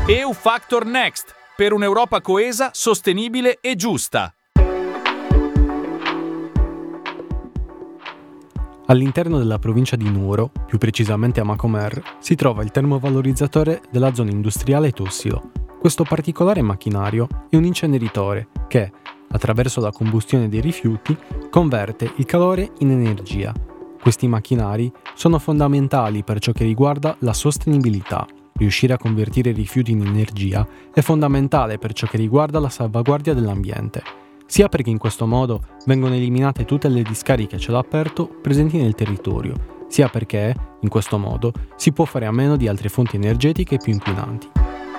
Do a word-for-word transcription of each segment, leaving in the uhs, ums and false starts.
E U Factor Next, per un'Europa coesa, sostenibile e giusta. All'interno della provincia di Nuoro, più precisamente a Macomer, si trova il termovalorizzatore della zona industriale Tossilo. Questo particolare macchinario è un inceneritore che, attraverso la combustione dei rifiuti, converte il calore in energia. Questi macchinari sono fondamentali per ciò che riguarda la sostenibilità. Riuscire a convertire i rifiuti in energia è fondamentale per ciò che riguarda la salvaguardia dell'ambiente, sia perché in questo modo vengono eliminate tutte le discariche a cielo aperto presenti nel territorio, sia perché, in questo modo, si può fare a meno di altre fonti energetiche più inquinanti.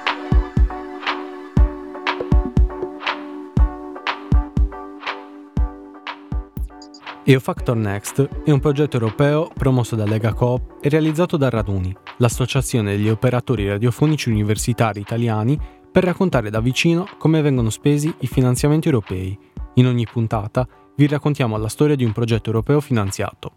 E U Factor Next è un progetto europeo promosso da Lega Coop e realizzato da Raduni, l'associazione degli operatori radiofonici universitari italiani, per raccontare da vicino come vengono spesi i finanziamenti europei. In ogni puntata vi raccontiamo la storia di un progetto europeo finanziato.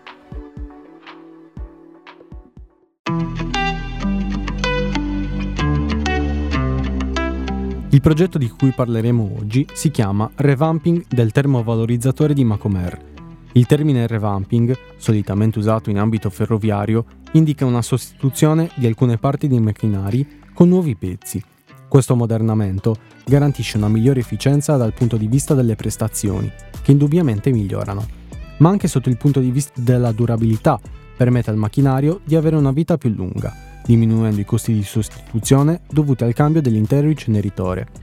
Il progetto di cui parleremo oggi si chiama Revamping del termovalorizzatore di Macomer. Il termine revamping, solitamente usato in ambito ferroviario, indica una sostituzione di alcune parti dei macchinari con nuovi pezzi. Questo ammodernamento garantisce una migliore efficienza dal punto di vista delle prestazioni, che indubbiamente migliorano, ma anche sotto il punto di vista della durabilità, permette al macchinario di avere una vita più lunga, diminuendo i costi di sostituzione dovuti al cambio dell'intero inceneritore.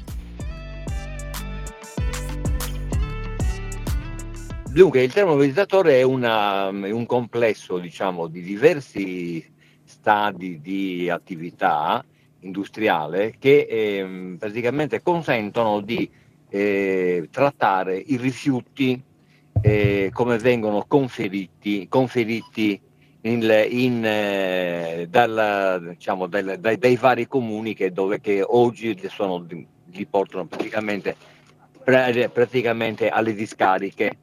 Dunque, il termovalorizzatore è, una, è un complesso, diciamo, di diversi stadi di attività industriale che eh, praticamente consentono di eh, trattare i rifiuti eh, come vengono conferiti, conferiti in, in, eh, dalla, diciamo, dal, dai, dai vari comuni che, dove, che oggi sono, li portano praticamente, praticamente alle discariche.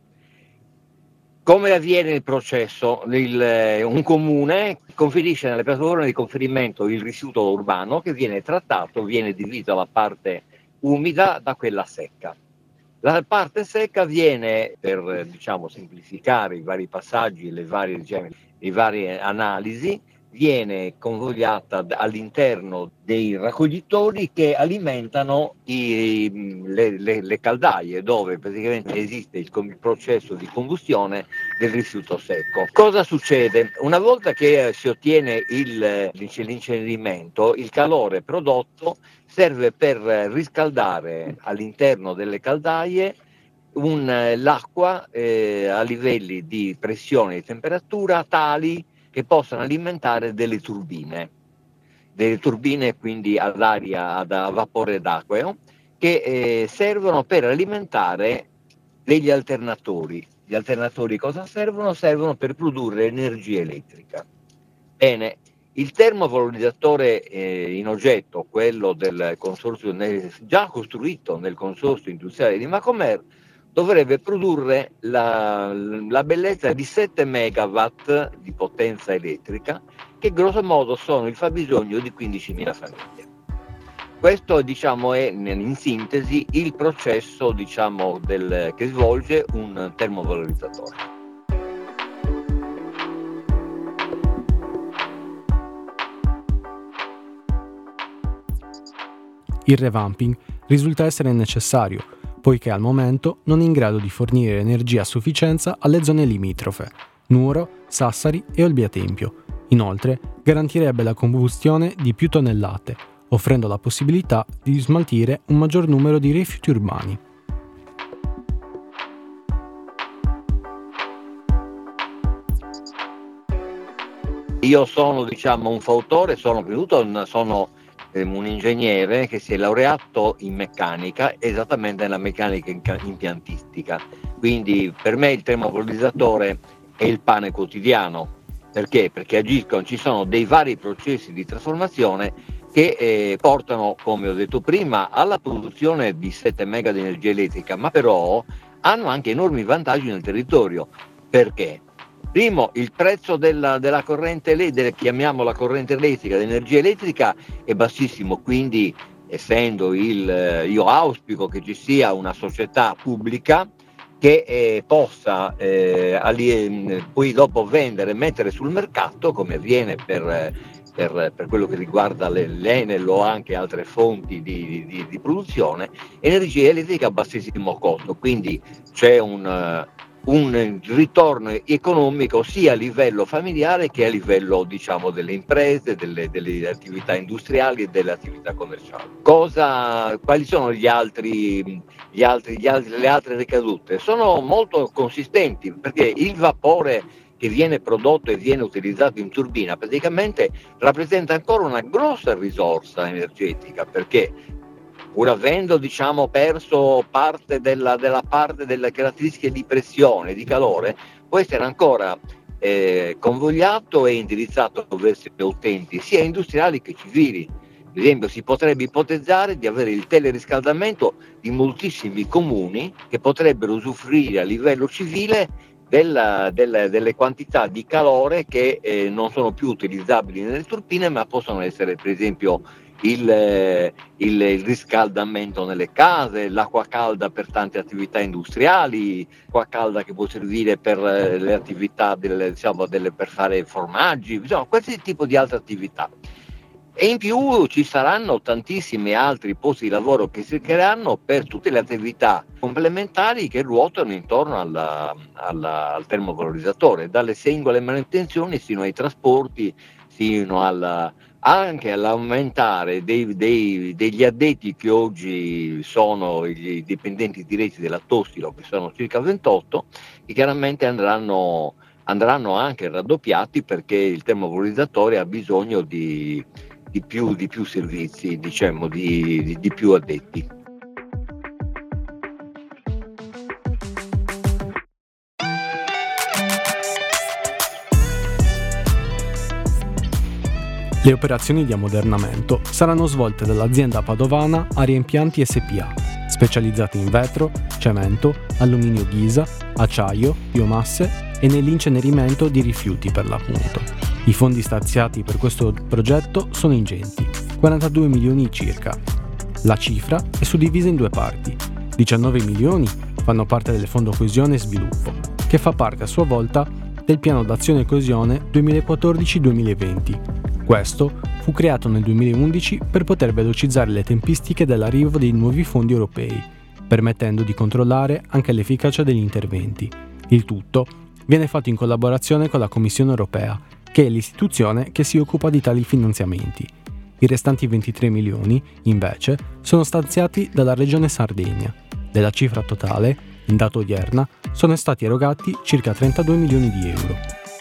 Come avviene il processo? Il, un comune conferisce nelle piattaforme di conferimento il rifiuto urbano che viene trattato, viene diviso la parte umida da quella secca. La parte secca viene, per diciamo, semplificare i vari passaggi, le varie, diciamo, le varie analisi, viene convogliata all'interno dei raccoglitori che alimentano i, le, le, le caldaie, dove praticamente esiste il, il processo di combustione del rifiuto secco. Cosa succede? Una volta che si ottiene il, l'incenerimento, il calore prodotto serve per riscaldare all'interno delle caldaie un, l'acqua eh, a livelli di pressione e di temperatura tali che possano alimentare delle turbine, delle turbine quindi ad aria, ad a vapore d'acqua, che eh, servono per alimentare degli alternatori. Gli alternatori cosa servono? Servono per produrre energia elettrica. Bene, il termovalorizzatore eh, in oggetto, quello del consorzio nel, già costruito nel consorzio industriale di Macomer, dovrebbe produrre la, la bellezza di sette megawatt di potenza elettrica, che grosso modo sono il fabbisogno di quindicimila famiglie. Questo, diciamo, è in sintesi il processo, diciamo, del, che svolge un termovalorizzatore. Il revamping risulta essere necessario, poiché al momento non è in grado di fornire energia a sufficienza alle zone limitrofe, Nuoro, Sassari e Olbia Tempio. Inoltre, garantirebbe la combustione di più tonnellate, offrendo la possibilità di smaltire un maggior numero di rifiuti urbani. Io sono, diciamo, un fautore, sono venuto, sono un ingegnere che si è laureato in meccanica, esattamente nella meccanica impiantistica. Quindi per me il termovalorizzatore è il pane quotidiano. Perché? Perché agiscono, ci sono dei vari processi di trasformazione che eh, portano, come ho detto prima, alla produzione di sette mega di energia elettrica, ma però hanno anche enormi vantaggi nel territorio. Perché? Primo, il prezzo della, della corrente elettrica, chiamiamola corrente elettrica, dell'energia elettrica è bassissimo, quindi essendo il, io auspico che ci sia una società pubblica che eh, possa eh, ali- poi dopo vendere e mettere sul mercato, come avviene per, per, per quello che riguarda le, l'Enel o anche altre fonti di, di, di produzione, energia elettrica a bassissimo costo, quindi c'è un... un ritorno economico sia a livello familiare che a livello, diciamo, delle imprese, delle, delle attività industriali e delle attività commerciali. Cosa, quali sono gli altri, gli altri, gli altri, le altre ricadute? Sono molto consistenti, perché il vapore che viene prodotto e viene utilizzato in turbina praticamente rappresenta ancora una grossa risorsa energetica, perché pur avendo, diciamo, perso parte della, della parte delle caratteristiche di pressione, di calore, può essere ancora eh, convogliato e indirizzato verso gli utenti, sia industriali che civili. Ad esempio, si potrebbe ipotizzare di avere il teleriscaldamento di moltissimi comuni che potrebbero usufruire a livello civile della, della, delle quantità di calore che eh, non sono più utilizzabili nelle turbine, ma possono essere, per esempio, Il, il, il riscaldamento nelle case, l'acqua calda per tante attività industriali, acqua calda che può servire per le attività delle, diciamo, delle, per fare formaggi, insomma, qualsiasi tipo di altre attività. E in più ci saranno tantissimi altri posti di lavoro che si creeranno per tutte le attività complementari che ruotano intorno alla, alla, al termovalorizzatore, dalle singole manutenzioni fino ai trasporti, fino alla, anche all'aumentare dei, dei, degli addetti che oggi sono i dipendenti diretti della Tossilo, che sono circa ventotto, che chiaramente andranno, andranno anche raddoppiati, perché il termovalorizzatore ha bisogno di, di, più, di più servizi, diciamo, di, di, di più addetti. Le operazioni di ammodernamento saranno svolte dall'azienda padovana Aria Impianti S P A, specializzata in vetro, cemento, alluminio ghisa, acciaio, biomasse e nell'incenerimento di rifiuti, per l'appunto. I fondi stanziati per questo progetto sono ingenti, quarantadue milioni circa. La cifra è suddivisa in due parti. diciannove milioni fanno parte del Fondo Coesione e Sviluppo, che fa parte a sua volta del Piano d'Azione Coesione duemilaquattordici duemilaventi. Questo fu creato nel duemilaundici per poter velocizzare le tempistiche dell'arrivo dei nuovi fondi europei, permettendo di controllare anche l'efficacia degli interventi. Il tutto viene fatto in collaborazione con la Commissione europea, che è l'istituzione che si occupa di tali finanziamenti. I restanti ventitré milioni, invece, sono stanziati dalla Regione Sardegna. Della cifra totale, in data odierna, sono stati erogati circa trentadue milioni di euro.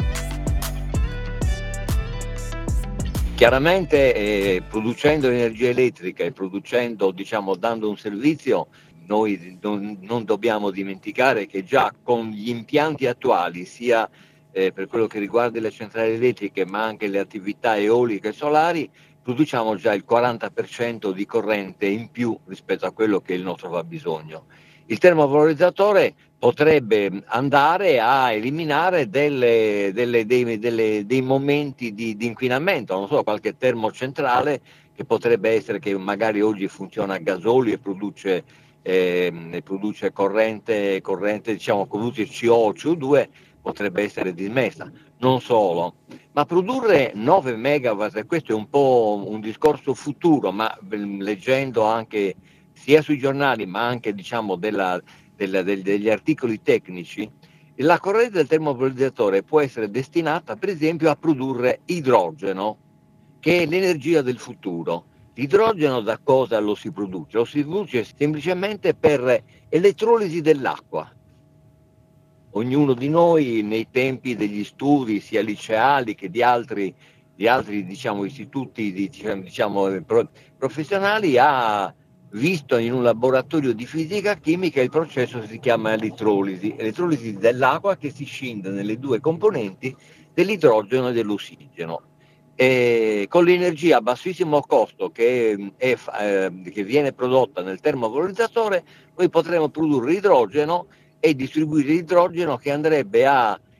Chiaramente eh, producendo energia elettrica e producendo, diciamo, dando un servizio, noi non, non dobbiamo dimenticare che già con gli impianti attuali, sia eh, per quello che riguarda le centrali elettriche ma anche le attività eoliche e solari, produciamo già il quaranta per cento di corrente in più rispetto a quello che il nostro fabbisogno. Il termovalorizzatore potrebbe andare a eliminare delle, delle, dei, delle, dei momenti di, di inquinamento, non so, qualche termocentrale che potrebbe essere, che magari oggi funziona a gasolio e produce, eh, produce corrente, corrente, diciamo, produce C O o C O due, potrebbe essere dismessa. Non solo, ma produrre nove megawatt, e questo è un po' un discorso futuro, ma leggendo anche sia sui giornali ma anche, diciamo, della, della, del, degli articoli tecnici, la corrente del termovalorizzatore può essere destinata per esempio a produrre idrogeno, che è l'energia del futuro. L'idrogeno da cosa lo si produce? Lo si produce semplicemente per elettrolisi dell'acqua. Ognuno di noi nei tempi degli studi sia liceali che di altri, di altri diciamo, istituti di, diciamo, pro, professionali ha visto in un laboratorio di fisica chimica il processo che si chiama elettrolisi, elettrolisi dell'acqua che si scinde nelle due componenti dell'idrogeno e dell'ossigeno. E con l'energia a bassissimo costo che, è, eh, che viene prodotta nel termovalorizzatore, noi potremo produrre idrogeno e distribuire l'idrogeno che andrebbe a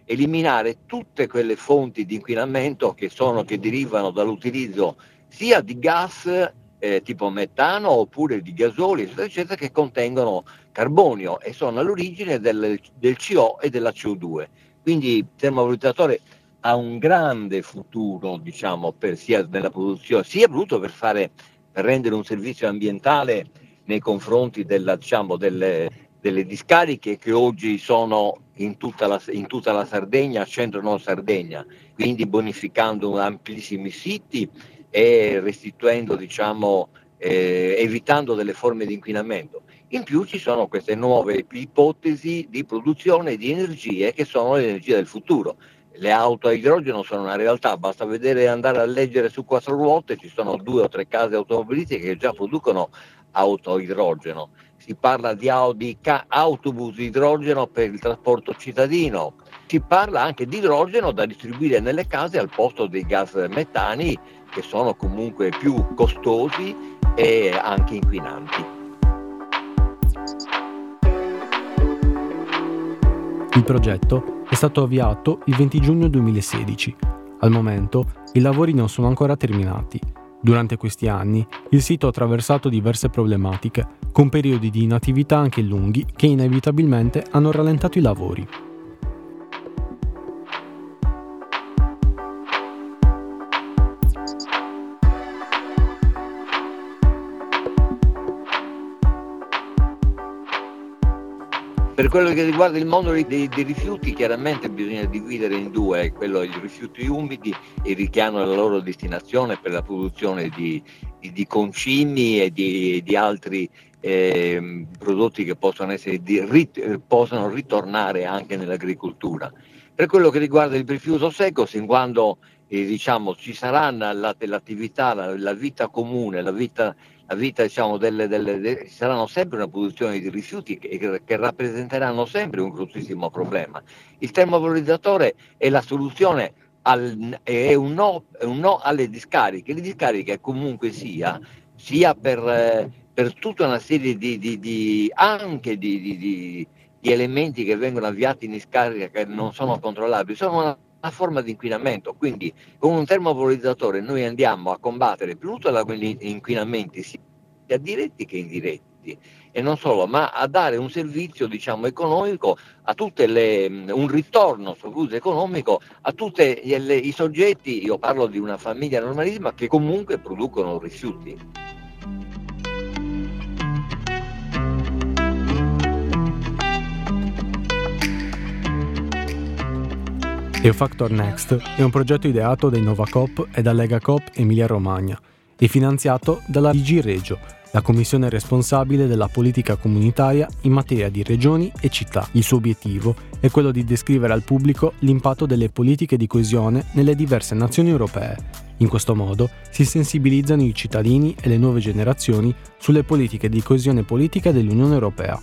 eliminare tutte quelle fonti di inquinamento che sono che derivano dall'utilizzo sia di gas eh, tipo metano oppure di gasoli eccetera, eccetera, che contengono carbonio e sono all'origine del, del C O e della C O due. Quindi il termovalorizzatore ha un grande futuro, diciamo, per sia nella produzione, sia voluto per fare per rendere un servizio ambientale nei confronti della, diciamo, delle, delle discariche che oggi sono in tutta la, in tutta la Sardegna, centro-nord Sardegna, quindi bonificando amplissimi siti e restituendo, diciamo, eh, evitando delle forme di inquinamento. In più ci sono queste nuove ipotesi di produzione di energie che sono le energie del futuro. Le auto a idrogeno sono una realtà, basta vedere, andare a leggere su quattro ruote, ci sono due o tre case automobilistiche che già producono auto a idrogeno. Si parla di, au- di ca- autobus di idrogeno per il trasporto cittadino, si parla anche di idrogeno da distribuire nelle case al posto dei gas metani che sono comunque più costosi e anche inquinanti. Il progetto è stato avviato il venti giugno duemilasedici. Al momento i lavori non sono ancora terminati. Durante questi anni il sito ha attraversato diverse problematiche, con periodi di inattività anche lunghi che inevitabilmente hanno rallentato i lavori. Per quello che riguarda il mondo dei, dei rifiuti, chiaramente bisogna dividere in due, quello i rifiuti umidi e il richiamo alla loro destinazione per la produzione di, di, di concimi e di, di altri eh, prodotti che possono, essere di, rit, possono ritornare anche nell'agricoltura. Per quello che riguarda il rifiuto secco, sin quando eh, diciamo, ci sarà la, l'attività, la, la vita comune, la vita la vita diciamo delle, delle, delle, ci saranno sempre una produzione di rifiuti che, che rappresenteranno sempre un grossissimo problema. Il termovalorizzatore è la soluzione, al, è, un no, è un no alle discariche. Le discariche comunque sia, sia per, eh, per tutta una serie di, di, di anche di, di, di, di elementi che vengono avviati in discarica che non sono controllabili, sono una una forma di inquinamento, quindi con un termovalorizzatore noi andiamo a combattere tutti quegli inquinamenti sia diretti che indiretti e non solo, ma a dare un servizio diciamo economico a tutte le, un ritorno soprattutto economico a tutti i soggetti, io parlo di una famiglia normalissima che comunque producono rifiuti. EUFactor Next è un progetto ideato dai Novacoop e da Legacoop Emilia Romagna e finanziato dalla D G Regio, la commissione responsabile della politica comunitaria in materia di regioni e città. Il suo obiettivo è quello di descrivere al pubblico l'impatto delle politiche di coesione nelle diverse nazioni europee. In questo modo si sensibilizzano i cittadini e le nuove generazioni sulle politiche di coesione politica dell'Unione Europea.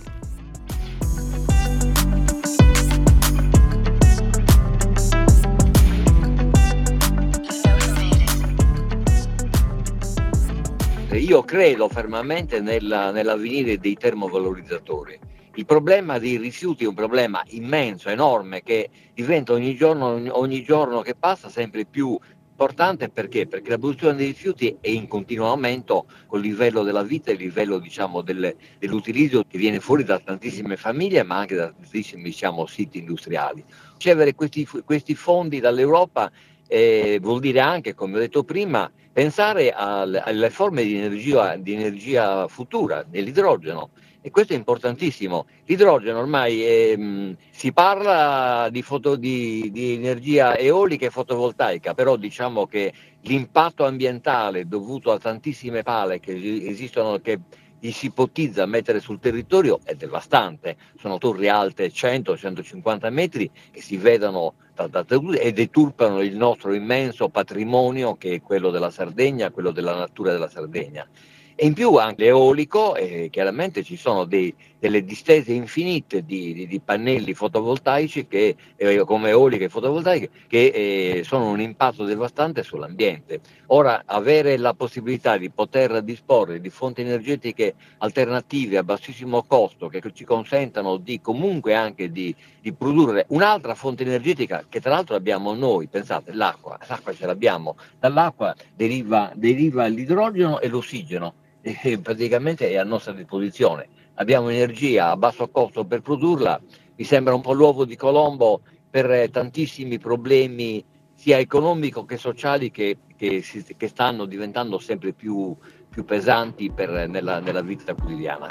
Io credo fermamente nella, nell'avvenire dei termovalorizzatori. Il problema dei rifiuti è un problema immenso, enorme, che diventa ogni giorno, ogni giorno che passa sempre più importante. Perché? Perché la produzione dei rifiuti è in continuo aumento col livello della vita e il livello diciamo, del, dell'utilizzo che viene fuori da tantissime famiglie, ma anche da tantissimi diciamo, siti industriali. Ricevere questi, questi fondi dall'Europa eh, vuol dire anche, come ho detto prima, pensare alle, alle forme di energia, di energia futura, dell'idrogeno, e questo è importantissimo. L'idrogeno ormai è, mh, si parla di, foto, di, di energia eolica e fotovoltaica, però diciamo che l'impatto ambientale dovuto a tantissime pale che esistono, che gli si ipotizza mettere sul territorio, è devastante. Sono torri alte cento centocinquanta metri che si vedono da, da, e deturpano il nostro immenso patrimonio che è quello della Sardegna, quello della natura della Sardegna. E in più anche l'eolico, eh, chiaramente ci sono dei, delle distese infinite di, di, di pannelli fotovoltaici che, eh, come eoliche e fotovoltaiche che eh, sono un impatto devastante sull'ambiente. Ora, avere la possibilità di poter disporre di fonti energetiche alternative a bassissimo costo che ci consentano di comunque anche di, di produrre un'altra fonte energetica che tra l'altro abbiamo noi, pensate, l'acqua, l'acqua ce l'abbiamo, dall'acqua deriva, deriva l'idrogeno e l'ossigeno. E praticamente è a nostra disposizione, abbiamo energia a basso costo per produrla. Mi sembra un po' l'uovo di Colombo per tantissimi problemi sia economico che sociali che, che, si, che stanno diventando sempre più, più pesanti per, nella, nella vita quotidiana.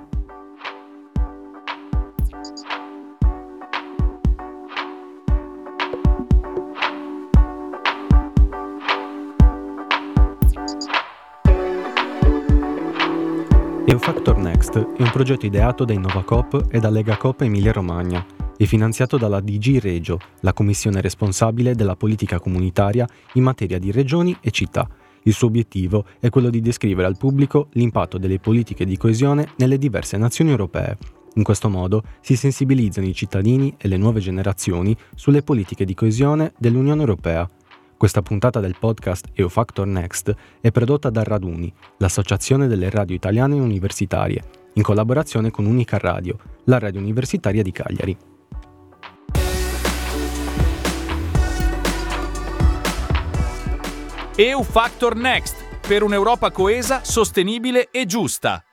EUFactor Next è un progetto ideato da InnovaCoop e da Legacoop Emilia Romagna e finanziato dalla D G Regio, la commissione responsabile della politica comunitaria in materia di regioni e città. Il suo obiettivo è quello di descrivere al pubblico l'impatto delle politiche di coesione nelle diverse nazioni europee. In questo modo si sensibilizzano i cittadini e le nuove generazioni sulle politiche di coesione dell'Unione Europea. Questa puntata del podcast EUFactor Next è prodotta da Raduni, l'associazione delle radio italiane universitarie, in collaborazione con Unica Radio, la radio universitaria di Cagliari. EUFactor Next, per un'Europa coesa, sostenibile e giusta.